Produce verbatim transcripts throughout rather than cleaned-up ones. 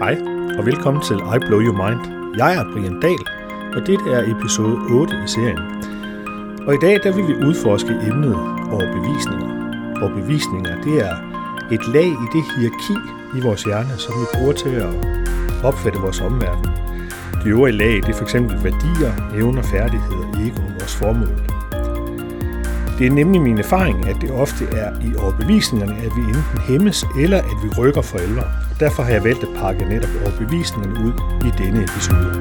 Hej og velkommen til I Blow Your Mind. Jeg er Brian Dahl, og dette er episode otte i serien. Og i dag der vil vi udforske emnet overbevisninger. Overbevisninger, det er et lag i det hierarki i vores hjerne, som vi bruger til at opfatte vores omverden. De øvrige lag, det er f.eks. værdier, evner, færdigheder, ego og vores formål. Det er nemlig min erfaring, at det ofte er i overbevisningerne, at vi enten hæmmes eller at vi rykker for alvor. Derfor har jeg valgt at pakke netop overbevisningerne ud i denne episode.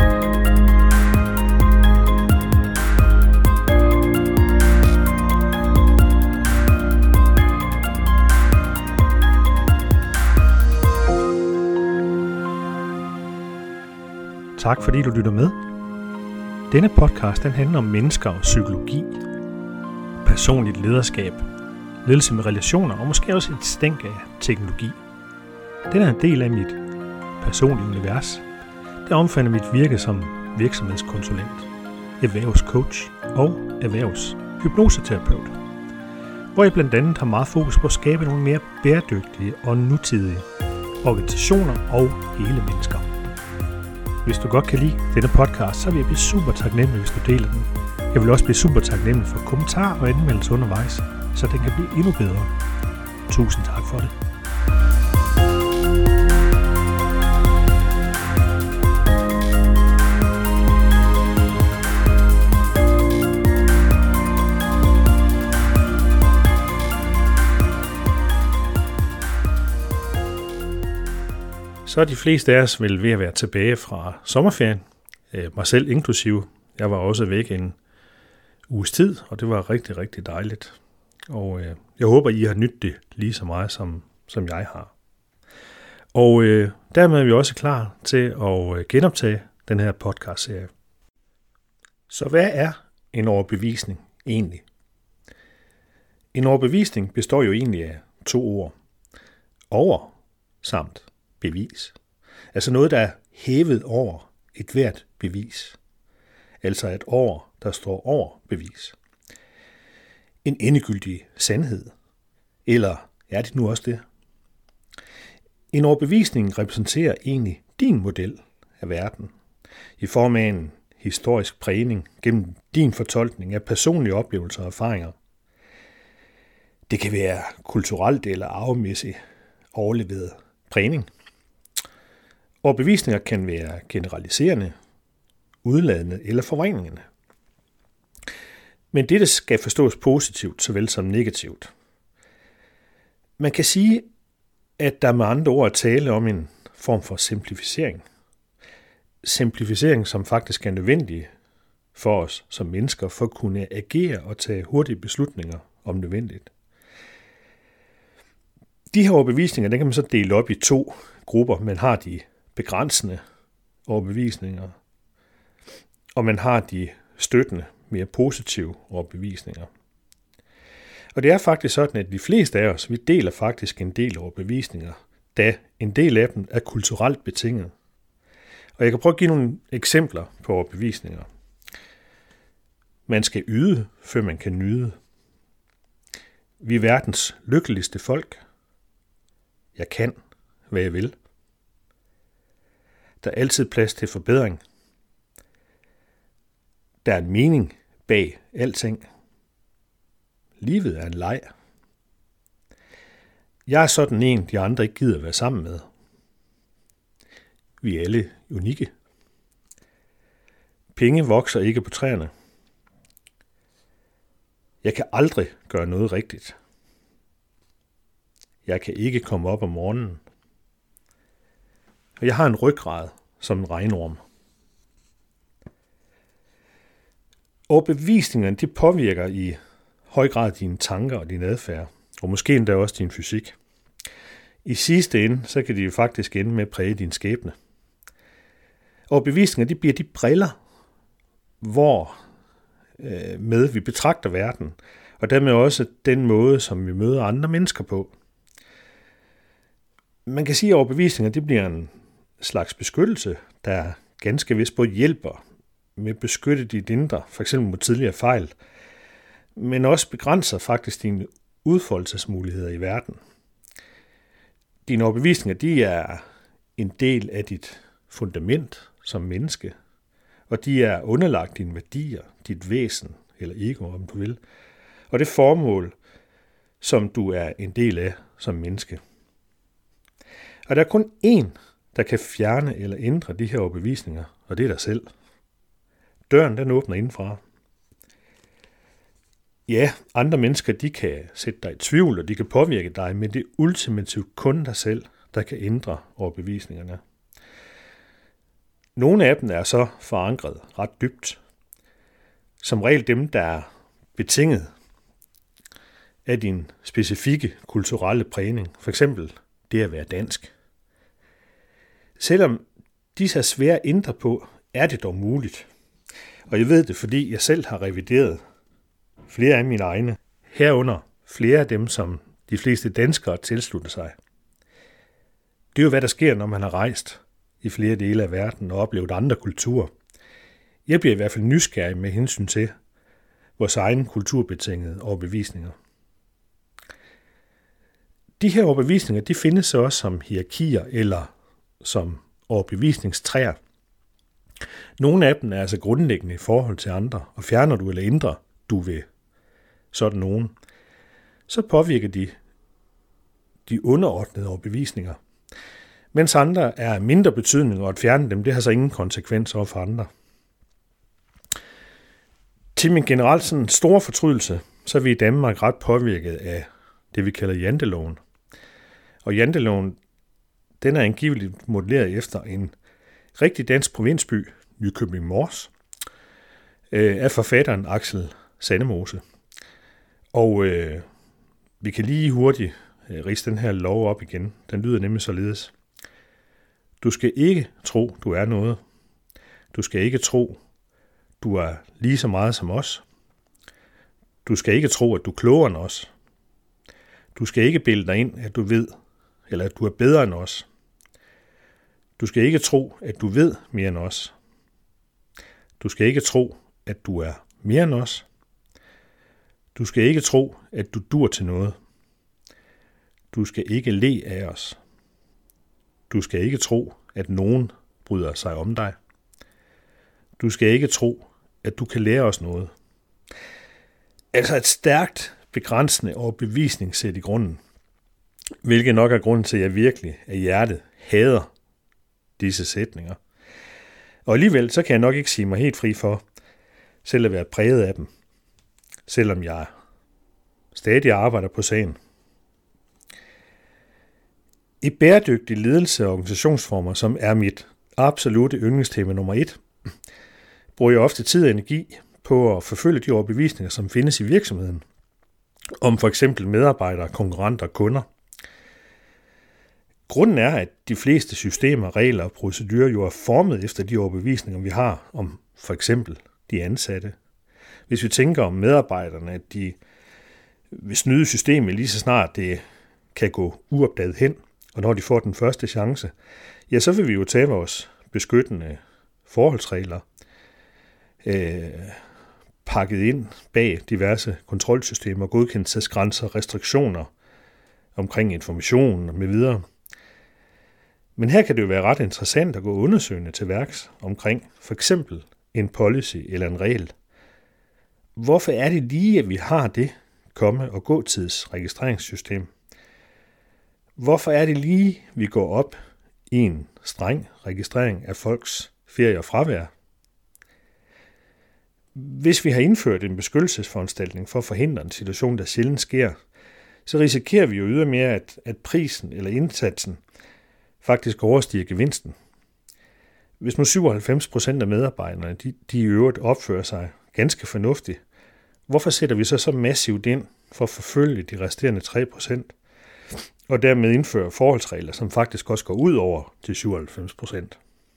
Tak fordi du lytter med. Denne podcast den handler om mennesker og psykologi, personligt lederskab, ledelse med relationer og måske også et stænk af teknologi. Den er en del af mit personlige univers, der omfatter mit virke som virksomhedskonsulent, erhvervscoach og erhvervshypnoseterapeut, hvor jeg blandt andet har meget fokus på at skabe nogle mere bæredygtige og nutidige organisationer og hele mennesker. Hvis du godt kan lide denne podcast, så vil jeg blive super taknemmelig, hvis du deler den. Jeg vil også blive super taknemmelig for kommentarer og anmeldelser undervejs, så den kan blive endnu bedre. Tusind tak for det. Så er de fleste af os vel ved at være tilbage fra sommerferien, mig selv inklusive. Jeg var også væk en uges tid, og det var rigtig, rigtig dejligt. Og øh, jeg håber, I har nydt det lige så meget, som, som jeg har. Og øh, dermed er vi også klar til at øh, genoptage den her podcast-serie. Så hvad er en overbevisning egentlig? En overbevisning består jo egentlig af to ord. Over samt bevis. Altså noget, der er hævet over et hvert bevis. Altså et over, der står over bevis. En endegyldig sandhed. Eller er det nu også det? En overbevisning repræsenterer egentlig din model af verden, i form af en historisk prægning gennem din fortolkning af personlige oplevelser og erfaringer. Det kan være kulturelt eller arvemæssigt overleveret prægning. Overbevisninger kan være generaliserende, udladende eller forvrængende. Men dette skal forstås positivt såvel som negativt. Man kan sige, at der med andre ord er tale om en form for simplificering. Simplificering, som faktisk er nødvendig for os som mennesker for at kunne agere og tage hurtige beslutninger om nødvendigt. De her overbevisninger, den kan man så dele op i to grupper. Man har de begrænsende overbevisninger, og man har de støttende, mere positive overbevisninger. Og det er faktisk sådan, at de fleste af os, vi deler faktisk en del overbevisninger, da en del af dem er kulturelt betinget. Og jeg kan prøve at give nogle eksempler på overbevisninger. Man skal yde, før man kan nyde. Vi er verdens lykkeligste folk. Jeg kan, hvad jeg vil. Der er altid plads til forbedring. Der er en mening bag alting. Livet er en leg. Jeg er sådan en, de andre ikke gider være sammen med. Vi er alle unikke. Penge vokser ikke på træerne. Jeg kan aldrig gøre noget rigtigt. Jeg kan ikke komme op om morgenen. Og jeg har en ryggrad som en regnorm. Overbevisningerne, de påvirker i høj grad dine tanker og din adfærd, og måske endda også din fysik. I sidste ende, så kan de jo faktisk ende med at præge din skæbne. Overbevisninger, de bliver de briller, hvor øh, med vi betragter verden, og dermed også den måde, som vi møder andre mennesker på. Man kan sige, at overbevisninger, det bliver en slags beskyttelse, der ganske vist både hjælper med at beskytte dit indre, f.eks. mod tidligere fejl, men også begrænser faktisk dine udfoldelsesmuligheder i verden. Dine overbevisninger, de er en del af dit fundament som menneske, og de er underlagt dine værdier, dit væsen, eller ego, om du vil, og det formål, som du er en del af som menneske. Og der er kun én, der kan fjerne eller ændre de her overbevisninger, og det er dig selv. Døren, den åbner indenfra. Ja, andre mennesker, de kan sætte dig i tvivl, og de kan påvirke dig, men det er ultimativt kun dig selv, der kan ændre overbevisningerne. Nogle af dem er så forankret ret dybt. Som regel dem, der er betinget af din specifikke kulturelle prægning. For eksempel det at være dansk. Selvom disse er svære at ændre på, er det dog muligt. Og jeg ved det, fordi jeg selv har revideret flere af mine egne, herunder flere af dem, som de fleste danskere tilslutter sig. Det er jo, hvad der sker, når man har rejst i flere dele af verden og oplevet andre kulturer. Jeg bliver i hvert fald nysgerrig med hensyn til vores egen kulturbetingede overbevisninger. De her overbevisninger, de findes så også som hierarkier eller som overbevisningstræer. Nogle af dem er altså grundlæggende i forhold til andre, og fjerner du eller ændrer du ved sådan nogen, så påvirker de de underordnede overbevisninger. Mens andre er af mindre betydning, og at fjerne dem, det har så ingen konsekvenser over for andre. Til min generelt sådan store fortrydelse, så er vi i Danmark ret påvirket af det, vi kalder janteloven. Og janteloven, den er angiveligt modelleret efter en rigtig dansk provinsby, Nykøbing Mors, af forfatteren Axel Sandemose. Og øh, vi kan lige hurtigt øh, ridse den her lov op igen. Den lyder nemlig således. Du skal ikke tro, du er noget. Du skal ikke tro, du er lige så meget som os. Du skal ikke tro, at du er klogere end os. Du skal ikke bilde dig ind, at du ved, eller at du er bedre end os. Du skal ikke tro, at du ved mere end os. Du skal ikke tro, at du er mere end os. Du skal ikke tro, at du dur til noget. Du skal ikke le af os. Du skal ikke tro, at nogen bryder sig om dig. Du skal ikke tro, at du kan lære os noget. Altså et stærkt begrænsende overbevisningssæt i grunden, hvilket nok er grunden til, at jeg virkelig af hjertet hader disse sætninger. Og alligevel så kan jeg nok ikke sige mig helt fri for selv at være præget af dem, selvom jeg stadig arbejder på sagen. I bæredygtig ledelse og organisationsformer, som er mit absolutte yndlingstema nummer et, bruger jeg ofte tid og energi på at forfølge de overbevisninger, som findes i virksomheden, om for eksempel medarbejdere, konkurrenter og kunder. Grunden er, at de fleste systemer, regler og procedurer jo er formet efter de overbevisninger, vi har om for eksempel de ansatte. Hvis vi tænker om medarbejderne, at de vil snyde systemet lige så snart det kan gå uopdaget hen, og når de får den første chance, ja, så vil vi jo tage vores beskyttende forholdsregler, øh, pakket ind bag diverse kontrolsystemer, godkendelsesgrænser, restriktioner omkring information med videre. Men her kan det jo være ret interessant at gå undersøgende til værks omkring for eksempel en policy eller en regel. Hvorfor er det lige, at vi har det komme- og gåtidsregistreringssystem? Hvorfor er det lige, vi går op i en streng registrering af folks ferie og fravær? Hvis vi har indført en beskyttelsesforanstaltning for at forhindre en situation, der sjældent sker, så risikerer vi jo ydermere, at, at prisen eller indsatsen faktisk overstiger gevinsten. Hvis nu syvoghalvfems procent af medarbejderne de, de i øvrigt opfører sig ganske fornuftigt, hvorfor sætter vi så så massivt ind for at forfølge de resterende tre procent, og dermed indføre forholdsregler, som faktisk også går ud over til syvoghalvfems procent?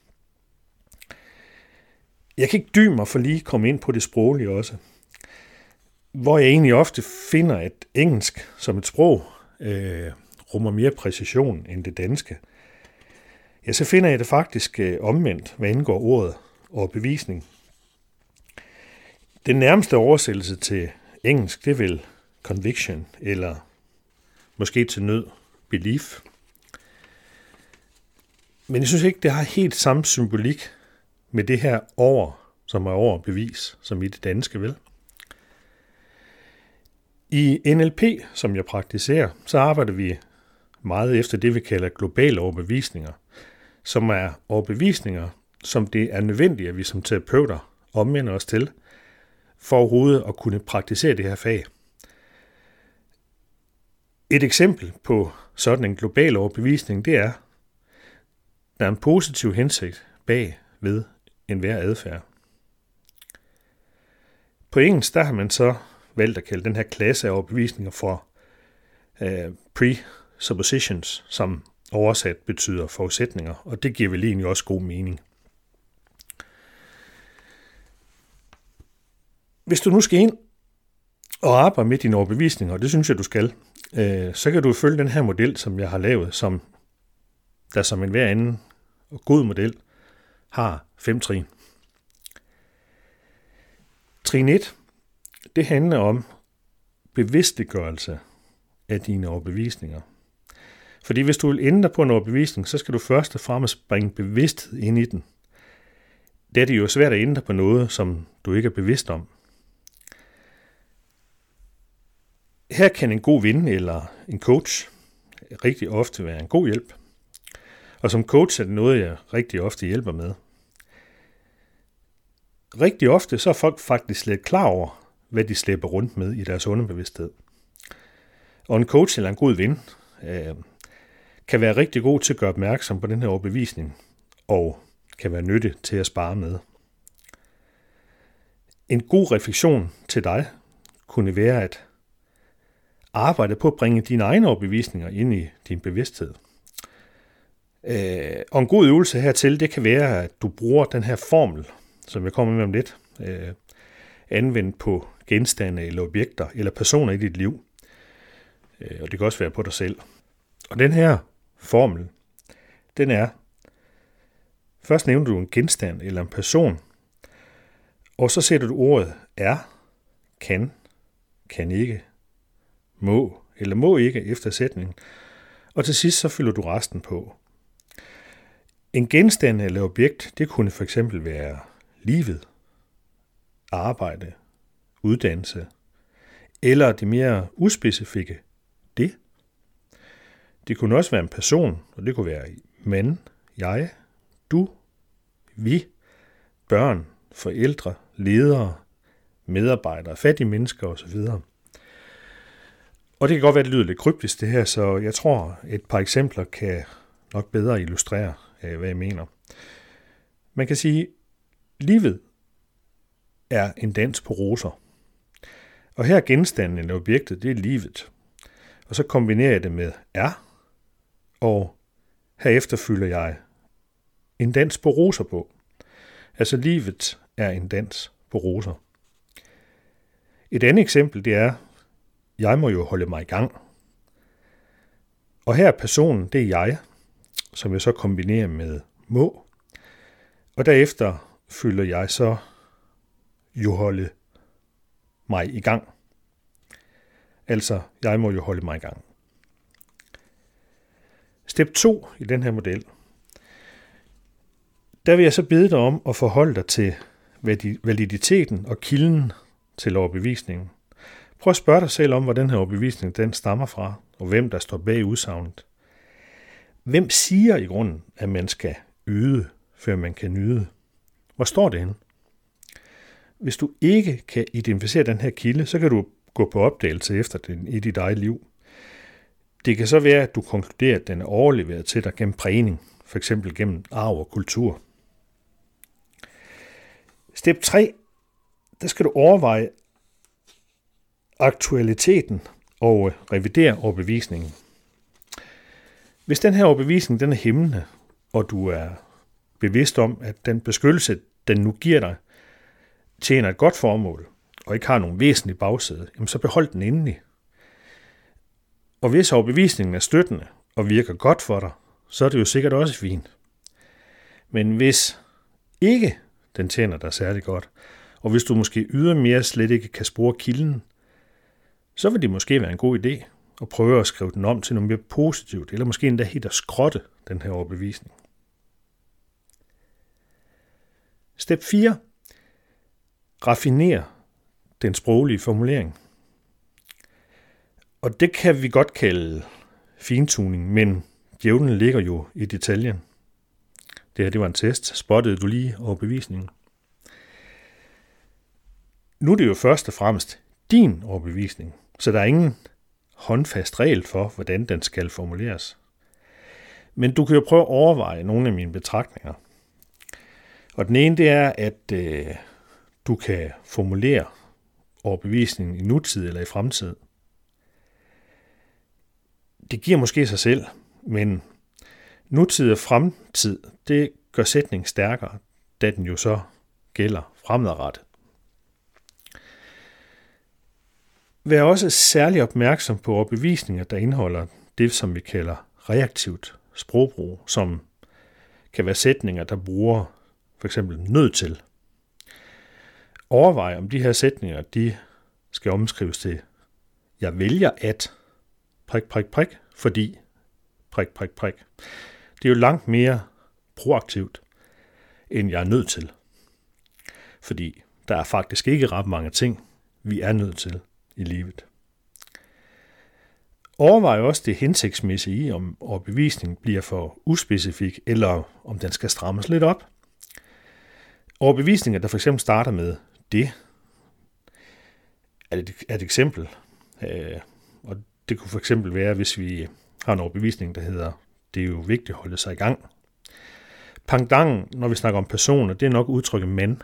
Jeg kan ikke dy mig for lige at komme ind på det sproglige også, hvor jeg egentlig ofte finder, at engelsk som et sprog øh, rummer mere præcision end det danske. Ja, så finder jeg det faktisk øh, omvendt, hvad indgår ordet overbevisning. Den nærmeste oversættelse til engelsk, det er vel conviction, eller måske til nød belief. Men jeg synes ikke, det har helt samme symbolik med det her over, som er over bevis, som i det danske, vel? I N L P, som jeg praktiserer, så arbejder vi meget efter det, vi kalder globale overbevisninger, som er overbevisninger, som det er nødvendigt, at vi som terapeuter omvender os til, for overhovedet at kunne praktisere det her fag. Et eksempel på sådan en global overbevisning, det er, der er en positiv hensigt bag ved enhver adfærd. På engelsk, der har man så valgt at kalde den her klasse af overbevisninger for uh, presuppositions, som oversat betyder forudsætninger, og det giver vel egentlig også god mening. Hvis du nu skal ind og arbejde med dine overbevisninger, og det synes jeg, du skal, øh, så kan du følge den her model, som jeg har lavet, som der som en hver anden god model har fem trin. Trin et, det handler om bevidstgørelse af dine overbevisninger. Fordi hvis du vil ændre på en overbevisning, så skal du først og fremmest bringe bevidsthed ind i den. Det er det jo svært at ændre på noget, som du ikke er bevidst om. Her kan en god ven eller en coach rigtig ofte være en god hjælp. Og som coach er det noget, jeg rigtig ofte hjælper med. Rigtig ofte så er folk faktisk slet klar over, hvad de slæber rundt med i deres underbevidsthed. Og en coach eller en god ven øh, kan være rigtig god til at gøre opmærksom på den her overbevisning, og kan være nyttig til at spare med. En god refleksion til dig kunne være at arbejde på at bringe dine egne overbevisninger ind i din bevidsthed. Øh, og en god øvelse hertil, det kan være, at du bruger den her formel, som jeg kommer med om lidt, øh, anvendt på genstande eller objekter eller personer i dit liv. Øh, og det kan også være på dig selv. Og den her formel, den er, først nævner du en genstand eller en person, og så sætter du ordet er, kan, kan ikke, må eller må ikke efter sætningen, og til sidst så fylder du resten på. En genstand eller objekt, det kunne for eksempel være livet, arbejde, uddannelse, eller det mere uspecifikke, det. Det kunne også være en person, og det kunne være mand, jeg, du, vi, børn, forældre, ledere, medarbejdere, fattige mennesker osv. Og det kan godt være, at det lyder lidt kryptisk det her, så jeg tror, et par eksempler kan nok bedre illustrere, hvad jeg mener. Man kan sige, at livet er en dans på roser. Og her er genstanden eller objektet, det er livet. Og så kombinerer jeg det med er, og herefter fylder jeg en dans på roser på. Altså livet er en dans på roser. Et andet eksempel, det er, jeg må jo holde mig i gang. Og her er personen, det er jeg, som jeg så kombinerer med må. Og derefter fylder jeg så jo holde mig i gang. Altså, jeg må jo holde mig i gang. Step to i den her model. Der vil jeg så bede dig om at forholde dig til validiteten og kilden til overbevisningen. Prøv at spørge dig selv om, hvor den her overbevisning den stammer fra, og hvem der står bag udsagnet. Hvem siger i grunden, at man skal yde, før man kan nyde? Hvor står det henne? Hvis du ikke kan identificere den her kilde, så kan du gå på opdagelse efter den i dit eget liv. Det kan så være, at du konkluderer, at den er overleveret til dig gennem prægning, for eksempel gennem arv og kultur. Step tre, der skal du overveje aktualiteten og revidere overbevisningen. Hvis den her overbevisning den er hæmmende, og du er bevidst om, at den beskyttelse, den nu giver dig, tjener et godt formål, og ikke har nogen væsentlig bagside, jamen så behold den indeni. Og hvis overbevisningen er støttende og virker godt for dig, så er det jo sikkert også fint. Men hvis ikke den tjener dig særlig godt, og hvis du måske ydermere slet ikke kan spore kilden, så vil det måske være en god idé at prøve at skrive den om til noget mere positivt, eller måske endda helt at skrotte den her overbevisning. Step fire. Raffiner den sproglige formulering. Og det kan vi godt kalde fintuning, men djævlen ligger jo i detaljen. Det her, det var en test. Spottede du lige overbevisningen? Nu er det jo først og fremmest din overbevisning, så der er ingen håndfast regel for, hvordan den skal formuleres. Men du kan jo prøve at overveje nogle af mine betragtninger. Og den ene, det er, at øh, du kan formulere overbevisningen i nutid eller i fremtid. Det giver måske sig selv, men nutid og fremtid, det gør sætningen stærkere, da den jo så gælder fremadrettet. Vær også særlig opmærksom på overbevisninger, der indeholder det, som vi kalder reaktivt sprogbrug, som kan være sætninger, der bruger for eksempel nødt til. Overvej, om de her sætninger, de skal omskrives til, jeg vælger at, prik, prik, prik, fordi, prik, prik, prik. Det er jo langt mere proaktivt, end jeg er nødt til. Fordi der er faktisk ikke ret mange ting, vi er nødt til i livet. Overvej også det hensigtsmæssige i, om overbevisningen bliver for uspecifik, eller om den skal strammes lidt op. Overbevisninger, der for eksempel starter med det, er et, er et eksempel. Øh, og det kunne for eksempel være, hvis vi har en overbevisning, der hedder, det er jo vigtigt at holde sig i gang. Pangdangen, når vi snakker om personer, det er nok udtrykket men.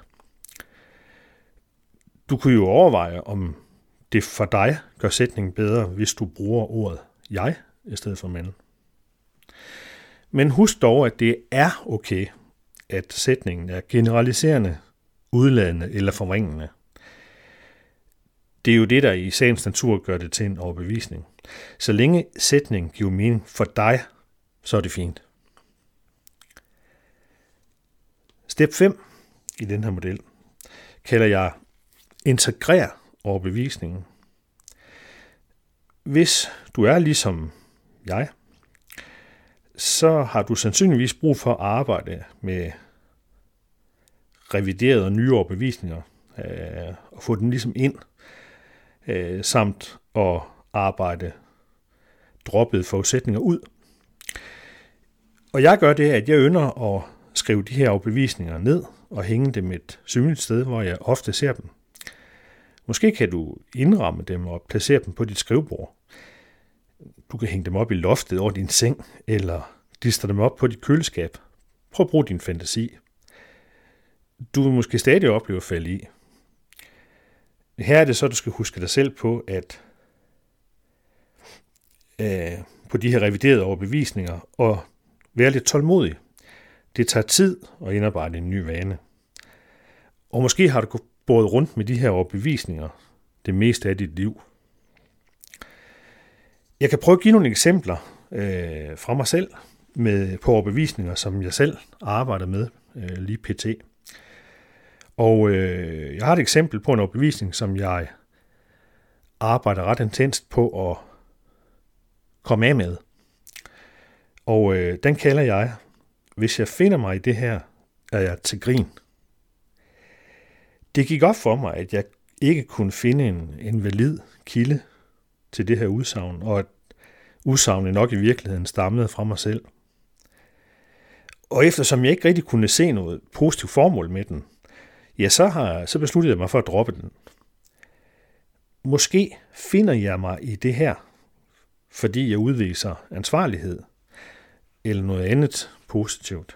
Du kunne jo overveje, om det for dig gør sætningen bedre, hvis du bruger ordet jeg i stedet for men. Men husk dog, at det er okay, at sætningen er generaliserende, udladende eller forvrængende. Det er jo det, der i sagens natur gør det til en overbevisning. Så længe sætningen giver mening for dig, så er det fint. Step fem i den her model kalder jeg integrer overbevisningen. Hvis du er ligesom jeg, så har du sandsynligvis brug for at arbejde med reviderede og nye overbevisninger, øh, og få dem ligesom ind, øh, samt at arbejde droppede forudsætninger ud. Og jeg gør det, at jeg ynder at skrive de her overbevisninger ned og hænge dem et synligt sted, hvor jeg ofte ser dem. Måske kan du indramme dem og placere dem på dit skrivebord. Du kan hænge dem op i loftet over din seng, eller distre dem op på dit køleskab. Prøv at bruge din fantasi. Du vil måske stadig opleve at falde i. Her er det så, du skal huske dig selv på, at øh, på de her reviderede overbevisninger, og være lidt tålmodig. Det tager tid at indarbejde en ny vane. Og måske har du båret rundt med de her overbevisninger det meste af dit liv. Jeg kan prøve at give nogle eksempler øh, fra mig selv med, på overbevisninger, som jeg selv arbejder med øh, lige pt. Og øh, jeg har et eksempel på en overbevisning, som jeg arbejder ret intenst på at komme af med. Og øh, den kalder jeg, hvis jeg finder mig i det her, er jeg til grin. Det gik op for mig, at jeg ikke kunne finde en, en valid kilde til det her udsagn, og at udsagnet nok i virkeligheden stammede fra mig selv. Og eftersom jeg ikke rigtig kunne se noget positivt formål med den, ja, så, har, så besluttede jeg mig for at droppe den. Måske finder jeg mig i det her, fordi jeg udviser ansvarlighed, eller noget andet positivt.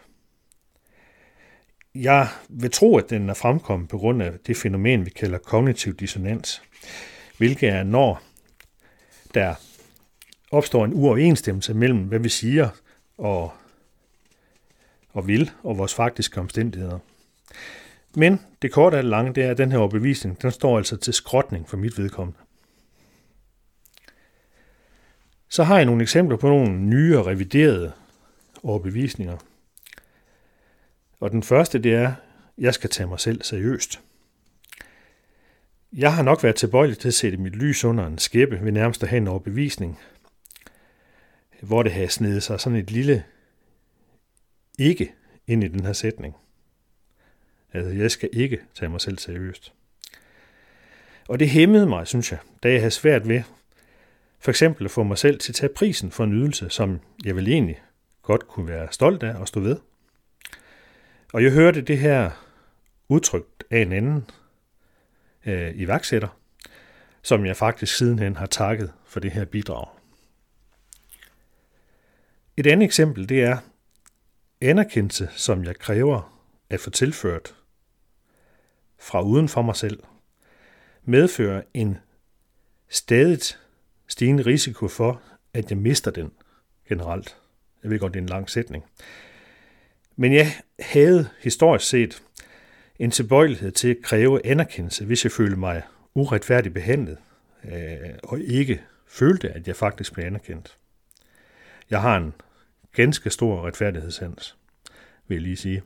Jeg vil tro, at den er fremkommet på grund af det fænomen, vi kalder kognitiv dissonans, hvilket er, når der opstår en uoverensstemmelse mellem, hvad vi siger og, og vil, og vores faktiske omstændigheder. Men det korte af det lange, det er, at den her overbevisning, den står altså til skrotning for mit vedkommende. Så har jeg nogle eksempler på nogle nye og reviderede overbevisninger. Og den første, det er, jeg skal tage mig selv seriøst. Jeg har nok været tilbøjelig til at sætte mit lys under en skæppe ved nærmest at have en overbevisning, hvor det har snedet sig sådan et lille ikke ind i den her sætning. Altså, jeg skal ikke tage mig selv seriøst. Og det hæmmede mig, synes jeg, da jeg havde svært ved for eksempel at få mig selv til at tage prisen for en ydelse, som jeg vel egentlig godt kunne være stolt af og stå ved. Og jeg hørte det her udtrykt af en anden øh, iværksætter, som jeg faktisk sidenhen har takket for det her bidrag. Et andet eksempel, det er anerkendelse, som jeg kræver at få tilført fra uden for mig selv, medfører en stadigt stigende risiko for, at jeg mister den generelt. Jeg ved godt, det er en lang sætning. Men jeg havde historisk set en tilbøjelighed til at kræve anerkendelse, hvis jeg følte mig uretfærdigt behandlet, øh, og ikke følte, at jeg faktisk blev anerkendt. Jeg har en ganske stor retfærdighedssans, vil jeg lige sige.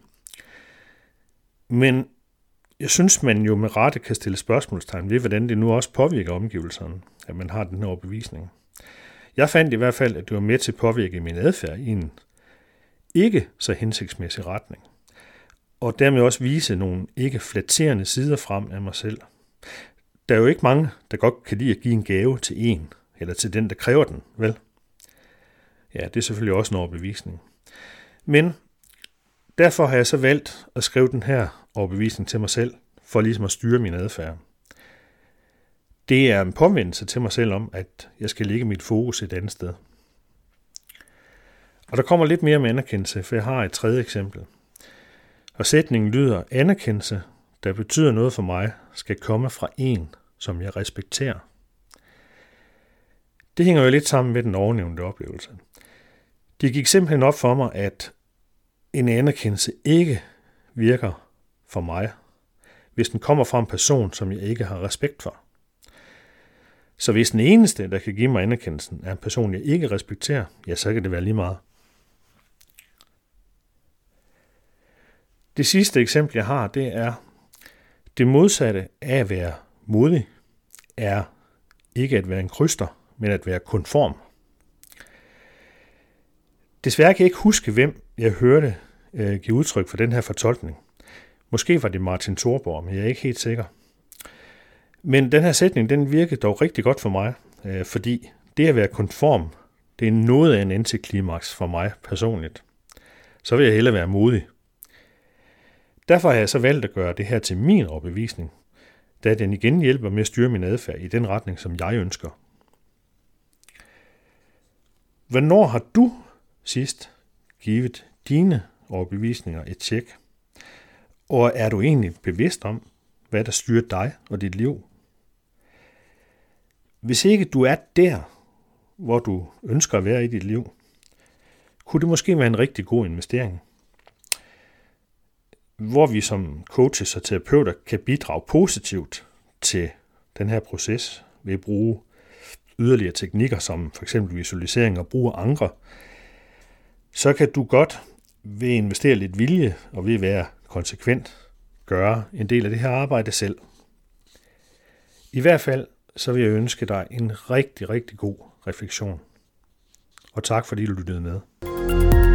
Men jeg synes, man jo med rette kan stille spørgsmålstegn ved, hvordan det nu også påvirker omgivelserne, at man har den her overbevisning. Jeg fandt i hvert fald, at det var med til at påvirke min adfærd i en ikke så hensigtsmæssig retning, og dermed også vise nogle ikke flatterende sider frem af mig selv. Der er jo ikke mange, der godt kan lide at give en gave til en, eller til den, der kræver den, vel? Ja, det er selvfølgelig også en overbevisning. Men derfor har jeg så valgt at skrive den her overbevisning til mig selv, for ligesom at styre min adfærd. Det er en påmindelse til mig selv om, at jeg skal lægge mit fokus et andet sted. Og der kommer lidt mere med anerkendelse, for jeg har et tredje eksempel. Og sætningen lyder, anerkendelse, der betyder noget for mig, skal komme fra en, som jeg respekterer. Det hænger jo lidt sammen med den ovennævnte oplevelse. Det gik simpelthen op for mig, at en anerkendelse ikke virker for mig, hvis den kommer fra en person, som jeg ikke har respekt for. Så hvis den eneste, der kan give mig anerkendelsen, er en person, jeg ikke respekterer, ja, så kan det være lige meget. Det sidste eksempel, jeg har, det er, det modsatte af at være modig, er ikke at være en kryster, men at være konform. Desværre kan jeg ikke huske, hvem jeg hørte øh, give udtryk for den her fortolkning. Måske var det Martin Thorborg, men jeg er ikke helt sikker. Men den her sætning, den virkede dog rigtig godt for mig, øh, fordi det at være konform, det er noget af en antiklimaks for mig personligt. Så vil jeg hellere være modig. Derfor har jeg så valgt at gøre det her til min overbevisning, da den igen hjælper med at styre min adfærd i den retning, som jeg ønsker. Hvornår har du sidst givet dine overbevisninger et tjek? Og er du egentlig bevidst om, hvad der styrer dig og dit liv? Hvis ikke du er der, hvor du ønsker at være i dit liv, kunne det måske være en rigtig god investering, hvor vi som coaches og terapeuter kan bidrage positivt til den her proces ved at bruge yderligere teknikker som for eksempel visualisering og brug af anker, så kan du godt ved at investere lidt vilje og ved at være konsekvent gøre en del af det her arbejde selv. I hvert fald så vil jeg ønske dig en rigtig, rigtig god refleksion. Og tak fordi du lyttede med.